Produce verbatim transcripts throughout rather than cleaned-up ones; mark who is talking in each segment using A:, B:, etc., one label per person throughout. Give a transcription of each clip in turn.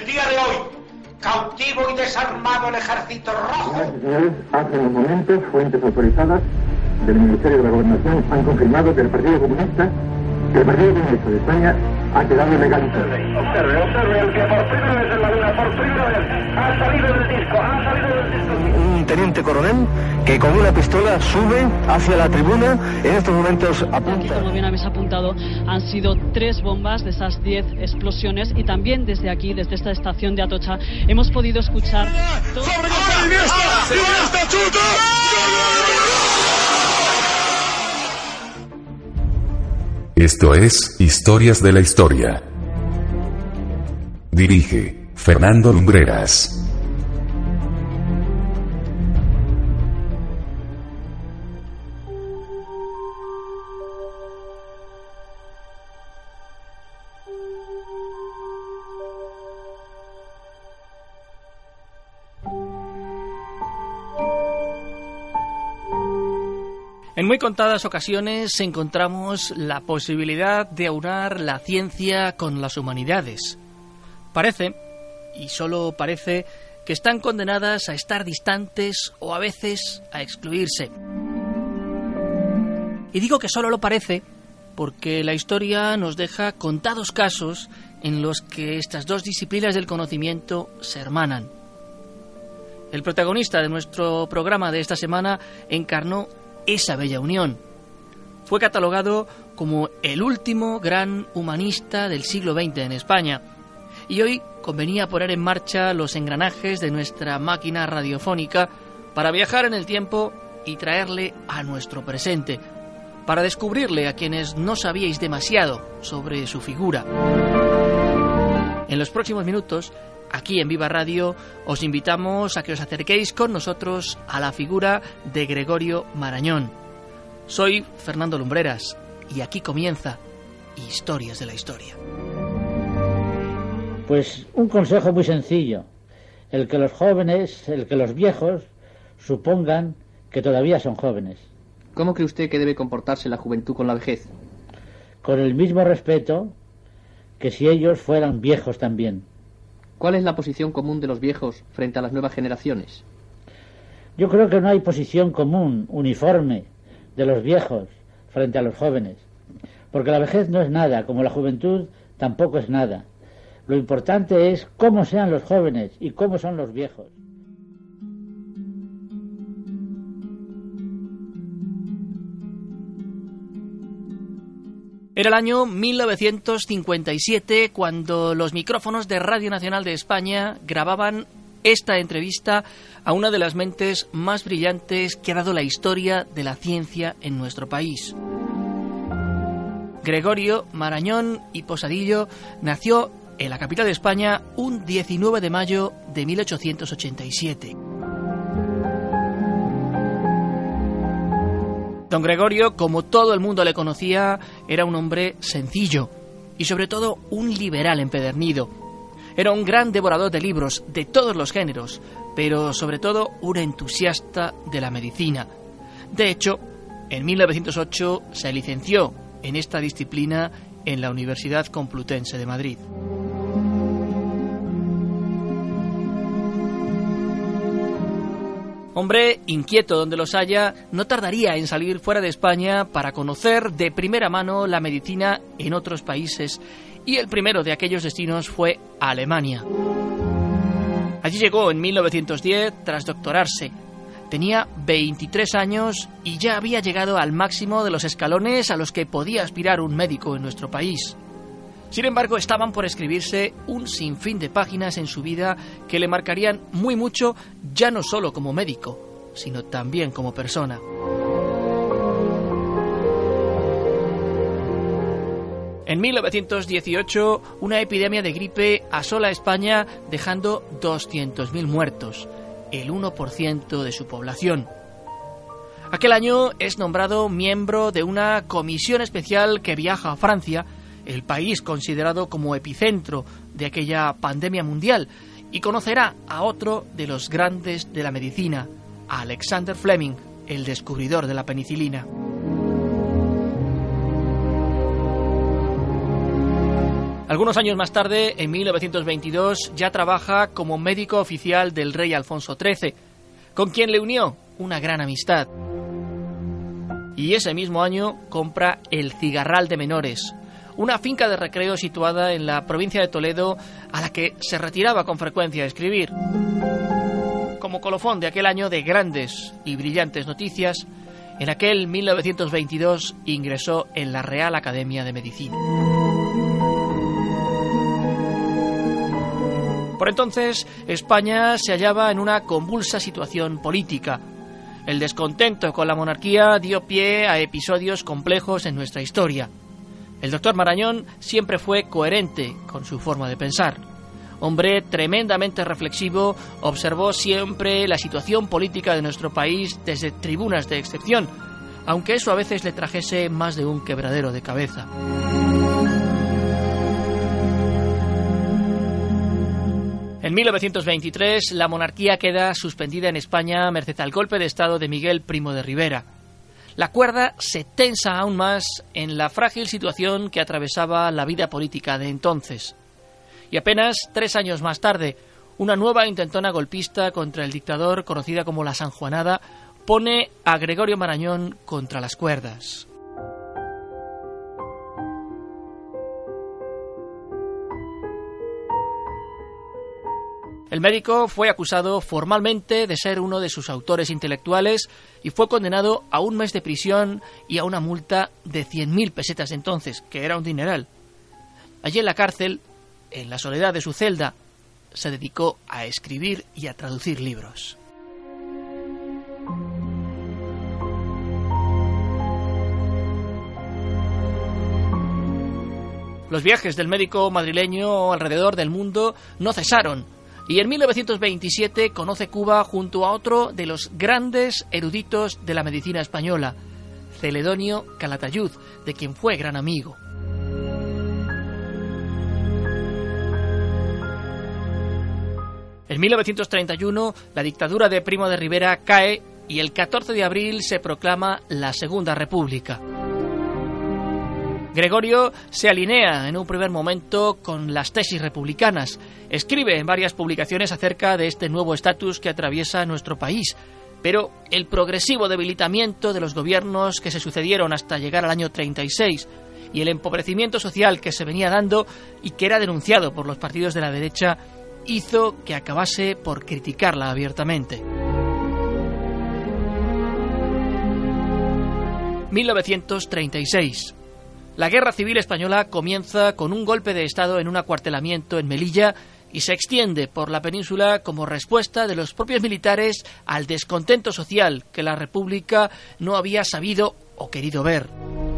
A: el día de hoy, cautivo y desarmado el ejército rojo.
B: Señoras y señores, hace unos momentos, fuentes autorizadas del Ministerio de la Gobernación han confirmado que el Partido Comunista, que el Partido Comunista de España ha quedado legalizado.
C: Observe, observe, el que por primera vez en la luna, por primera vez, ha salido del disco, ha salido del disco.
D: Un teniente coronel que con una pistola sube hacia la tribuna, en estos momentos apunta.
E: Aquí, como bien habéis apuntado, han sido tres bombas de esas diez explosiones y también desde aquí, desde esta estación de Atocha, hemos podido escuchar... Todo...
F: Esto es Historias de la Historia. Dirige Fernando Lumbreras.
G: En muy contadas ocasiones encontramos la posibilidad de aunar la ciencia con las humanidades. Parece, y solo parece, que están condenadas a estar distantes o a veces a excluirse. Y digo que solo lo parece porque la historia nos deja contados casos en los que estas dos disciplinas del conocimiento se hermanan. El protagonista de nuestro programa de esta semana encarnó esa bella unión. Fue catalogado como el último gran humanista del siglo veinte en España. Y hoy convenía poner en marcha los engranajes de nuestra máquina radiofónica para viajar en el tiempo y traerle a nuestro presente, para descubrirle a quienes no sabíais demasiado sobre su figura. En los próximos minutos, aquí en Viva Radio, os invitamos a que os acerquéis con nosotros a la figura de Gregorio Marañón. Soy Fernando Lumbreras y aquí comienza Historias de la Historia.
H: Pues un consejo muy sencillo, el que los jóvenes, el que los viejos supongan que todavía son jóvenes.
I: ¿Cómo cree usted que debe comportarse la juventud con la vejez?
H: Con el mismo respeto que si ellos fueran viejos también.
I: ¿Cuál es la posición común de los viejos frente a las nuevas generaciones?
H: Yo creo que no hay posición común, uniforme, de los viejos frente a los jóvenes. Porque la vejez no es nada, como la juventud tampoco es nada. Lo importante es cómo sean los jóvenes y cómo son los viejos.
G: Era el año mil novecientos cincuenta y siete cuando los micrófonos de Radio Nacional de España grababan esta entrevista a una de las mentes más brillantes que ha dado la historia de la ciencia en nuestro país. Gregorio Marañón y Posadillo nació en la capital de España un diecinueve de mayo de mil ochocientos ochenta y siete. Don Gregorio, como todo el mundo le conocía, era un hombre sencillo y sobre todo un liberal empedernido. Era un gran devorador de libros de todos los géneros, pero sobre todo un entusiasta de la medicina. De hecho, en mil novecientos ocho se licenció en esta disciplina en la Universidad Complutense de Madrid. Hombre inquieto donde los haya, no tardaría en salir fuera de España para conocer de primera mano la medicina en otros países, y el primero de aquellos destinos fue Alemania. Allí llegó en mil novecientos diez tras doctorarse. Tenía veintitrés años y ya había llegado al máximo de los escalones a los que podía aspirar un médico en nuestro país. Sin embargo, estaban por escribirse un sinfín de páginas en su vida que le marcarían muy mucho, ya no solo como médico, sino también como persona. En mil novecientos dieciocho, una epidemia de gripe asola a España, dejando doscientos mil muertos, el uno por ciento de su población. Aquel año es nombrado miembro de una comisión especial que viaja a Francia, el país considerado como epicentro de aquella pandemia mundial, y conocerá a otro de los grandes de la medicina, a Alexander Fleming, el descubridor de la penicilina. Algunos años más tarde, en mil novecientos veintidós, ya trabaja como médico oficial del rey Alfonso trece, con quien le unió una gran amistad. Y ese mismo año compra el Cigarral de Menores, una finca de recreo situada en la provincia de Toledo, a la que se retiraba con frecuencia a escribir. Como colofón de aquel año de grandes y brillantes noticias, en aquel mil novecientos veintidós ingresó en la Real Academia de Medicina. Por entonces, España se hallaba en una convulsa situación política. El descontento con la monarquía dio pie a episodios complejos en nuestra historia. El doctor Marañón siempre fue coherente con su forma de pensar. Hombre tremendamente reflexivo, observó siempre la situación política de nuestro país desde tribunas de excepción, aunque eso a veces le trajese más de un quebradero de cabeza. En mil novecientos veintitrés, la monarquía queda suspendida en España merced al golpe de estado de Miguel Primo de Rivera. La cuerda se tensa aún más en la frágil situación que atravesaba la vida política de entonces. Y apenas tres años más tarde, una nueva intentona golpista contra el dictador, conocida como la Sanjuanada, pone a Gregorio Marañón contra las cuerdas. El médico fue acusado formalmente de ser uno de sus autores intelectuales y fue condenado a un mes de prisión y a una multa de cien mil pesetas de entonces, que era un dineral. Allí en la cárcel, en la soledad de su celda, se dedicó a escribir y a traducir libros. Los viajes del médico madrileño alrededor del mundo no cesaron, y en mil novecientos veintisiete conoce Cuba junto a otro de los grandes eruditos de la medicina española, Celedonio Calatayud, de quien fue gran amigo. En mil novecientos treinta y uno, la dictadura de Primo de Rivera cae y el catorce de abril se proclama la Segunda República. Gregorio se alinea en un primer momento con las tesis republicanas. Escribe en varias publicaciones acerca de este nuevo estatus que atraviesa nuestro país. Pero el progresivo debilitamiento de los gobiernos que se sucedieron hasta llegar al año treinta y seis y el empobrecimiento social que se venía dando y que era denunciado por los partidos de la derecha hizo que acabase por criticarla abiertamente. mil novecientos treinta y seis. La Guerra Civil Española comienza con un golpe de Estado en un acuartelamiento en Melilla y se extiende por la península como respuesta de los propios militares al descontento social que la República no había sabido o querido ver.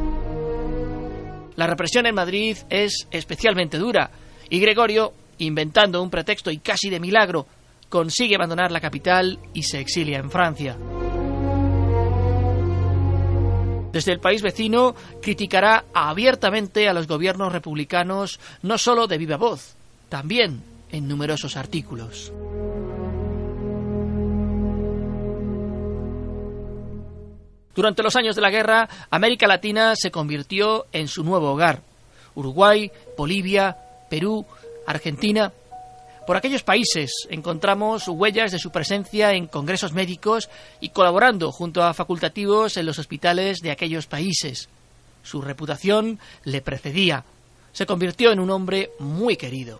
G: La represión en Madrid es especialmente dura y Gregorio, inventando un pretexto y casi de milagro, consigue abandonar la capital y se exilia en Francia. Desde el país vecino criticará abiertamente a los gobiernos republicanos, no solo de viva voz, también en numerosos artículos. Durante los años de la guerra, América Latina se convirtió en su nuevo hogar. Uruguay, Bolivia, Perú, Argentina. Por aquellos países encontramos huellas de su presencia en congresos médicos y colaborando junto a facultativos en los hospitales de aquellos países. Su reputación le precedía. Se convirtió en un hombre muy querido.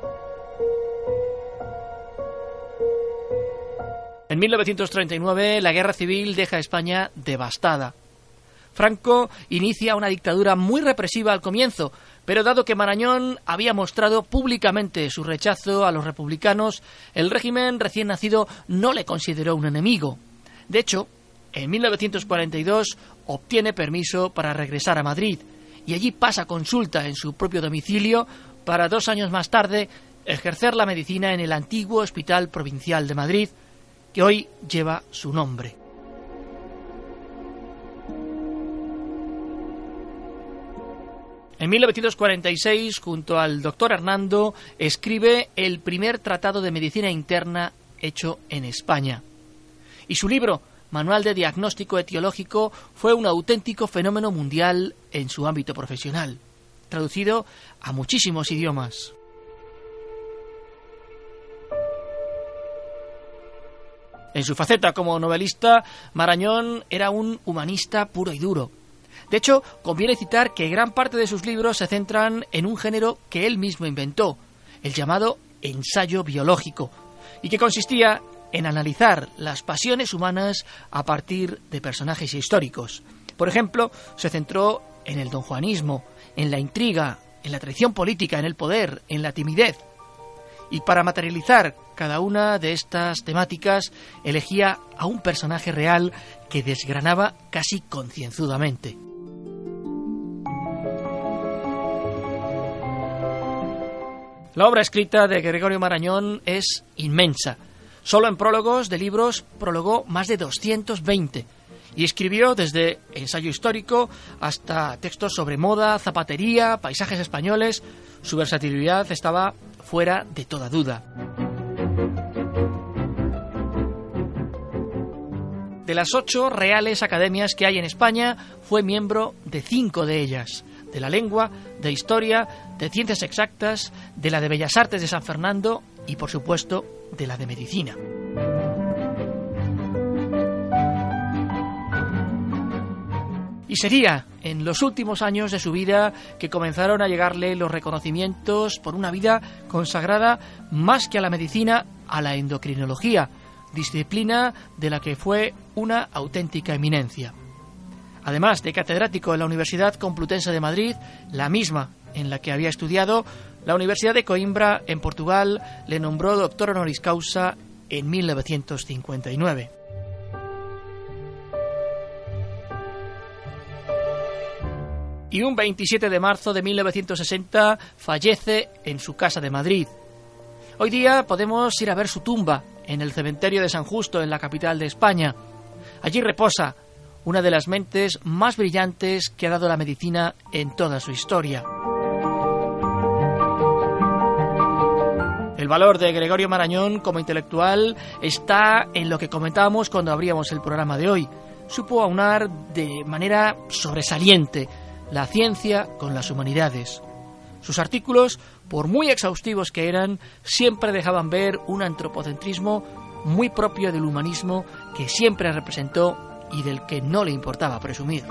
G: En mil novecientos treinta y nueve, la guerra civil deja a España devastada. Franco inicia una dictadura muy represiva al comienzo, pero dado que Marañón había mostrado públicamente su rechazo a los republicanos, el régimen recién nacido no le consideró un enemigo. De hecho, en mil novecientos cuarenta y dos obtiene permiso para regresar a Madrid y allí pasa consulta en su propio domicilio para dos años más tarde ejercer la medicina en el antiguo Hospital Provincial de Madrid, que hoy lleva su nombre. En mil novecientos cuarenta y seis, junto al doctor Hernando, escribe el primer tratado de medicina interna hecho en España. Y su libro, Manual de Diagnóstico Etiológico, fue un auténtico fenómeno mundial en su ámbito profesional. traducido a muchísimos idiomas. En su faceta como novelista, Marañón era un humanista puro y duro. De hecho, conviene citar que gran parte de sus libros se centran en un género que él mismo inventó, el llamado ensayo biológico, y que consistía en analizar las pasiones humanas a partir de personajes históricos. Por ejemplo, se centró en el donjuanismo, en la intriga, en la traición política, en el poder, en la timidez. Y para materializar cada una de estas temáticas, elegía a un personaje real que desgranaba casi concienzudamente. La obra escrita de Gregorio Marañón es inmensa. Solo en prólogos de libros prologó más de doscientos veinte y escribió desde ensayo histórico hasta textos sobre moda, zapatería, paisajes españoles. Su versatilidad estaba fuera de toda duda. De las ocho reales academias que hay en España, fue miembro de cinco de ellas: de la lengua, de historia, de ciencias exactas, de la de Bellas Artes de San Fernando y, por supuesto, de la de medicina. Y sería en los últimos años de su vida que comenzaron a llegarle los reconocimientos por una vida consagrada más que a la medicina, a la endocrinología, disciplina de la que fue una auténtica eminencia. Además de catedrático en la Universidad Complutense de Madrid, la misma en la que había estudiado, la Universidad de Coimbra, en Portugal, le nombró doctor honoris causa en mil novecientos cincuenta y nueve. Y un veintisiete de marzo de mil novecientos sesenta fallece en su casa de Madrid. Hoy día podemos ir a ver su tumba en el cementerio de San Justo, en la capital de España. Allí reposa una de las mentes más brillantes que ha dado la medicina en toda su historia. El valor de Gregorio Marañón como intelectual está en lo que comentábamos cuando abríamos el programa de hoy. Supo aunar de manera sobresaliente la ciencia con las humanidades. Sus artículos, por muy exhaustivos que eran, siempre dejaban ver un antropocentrismo muy propio del humanismo que siempre representó y del que no le importaba presumir.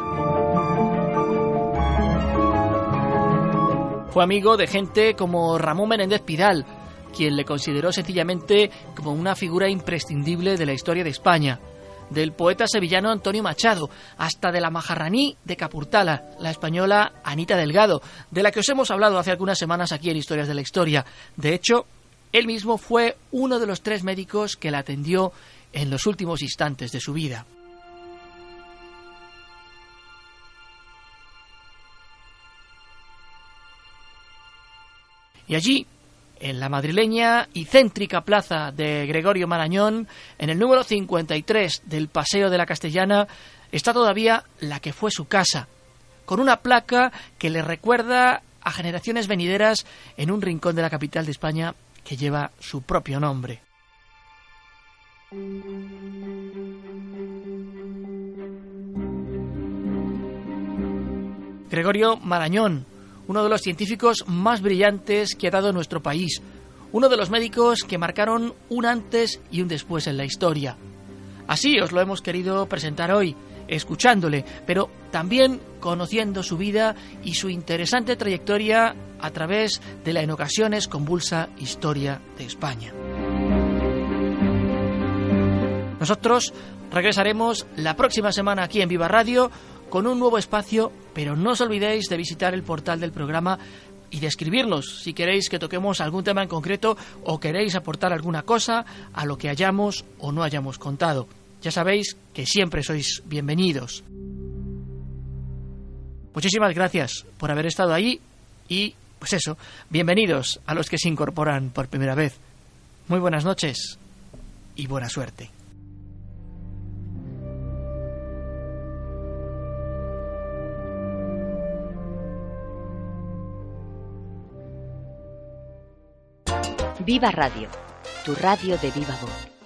G: Fue amigo de gente como Ramón Menéndez Pidal, quien le consideró sencillamente como una figura imprescindible de la historia de España, del poeta sevillano Antonio Machado, hasta de la majarraní de Capurtala, la española Anita Delgado, de la que os hemos hablado hace algunas semanas aquí en Historias de la Historia. De hecho, él mismo fue uno de los tres médicos que la atendió en los últimos instantes de su vida. Y allí, en la madrileña y céntrica plaza de Gregorio Marañón, en el número cincuenta y tres del Paseo de la Castellana, está todavía la que fue su casa, con una placa que le recuerda a generaciones venideras en un rincón de la capital de España que lleva su propio nombre. Gregorio Marañón, uno de los científicos más brillantes que ha dado nuestro país, uno de los médicos que marcaron un antes y un después en la historia. Así os lo hemos querido presentar hoy, escuchándole, pero también conociendo su vida y su interesante trayectoria a través de la en ocasiones convulsa historia de España. Nosotros regresaremos la próxima semana aquí en Viva Radio con un nuevo espacio, pero no os olvidéis de visitar el portal del programa y de escribirnos si queréis que toquemos algún tema en concreto o queréis aportar alguna cosa a lo que hayamos o no hayamos contado. Ya sabéis que siempre sois bienvenidos. Muchísimas gracias por haber estado ahí y, pues eso, bienvenidos a los que se incorporan por primera vez. Muy buenas noches y buena suerte.
J: Viva Radio, tu radio de viva voz.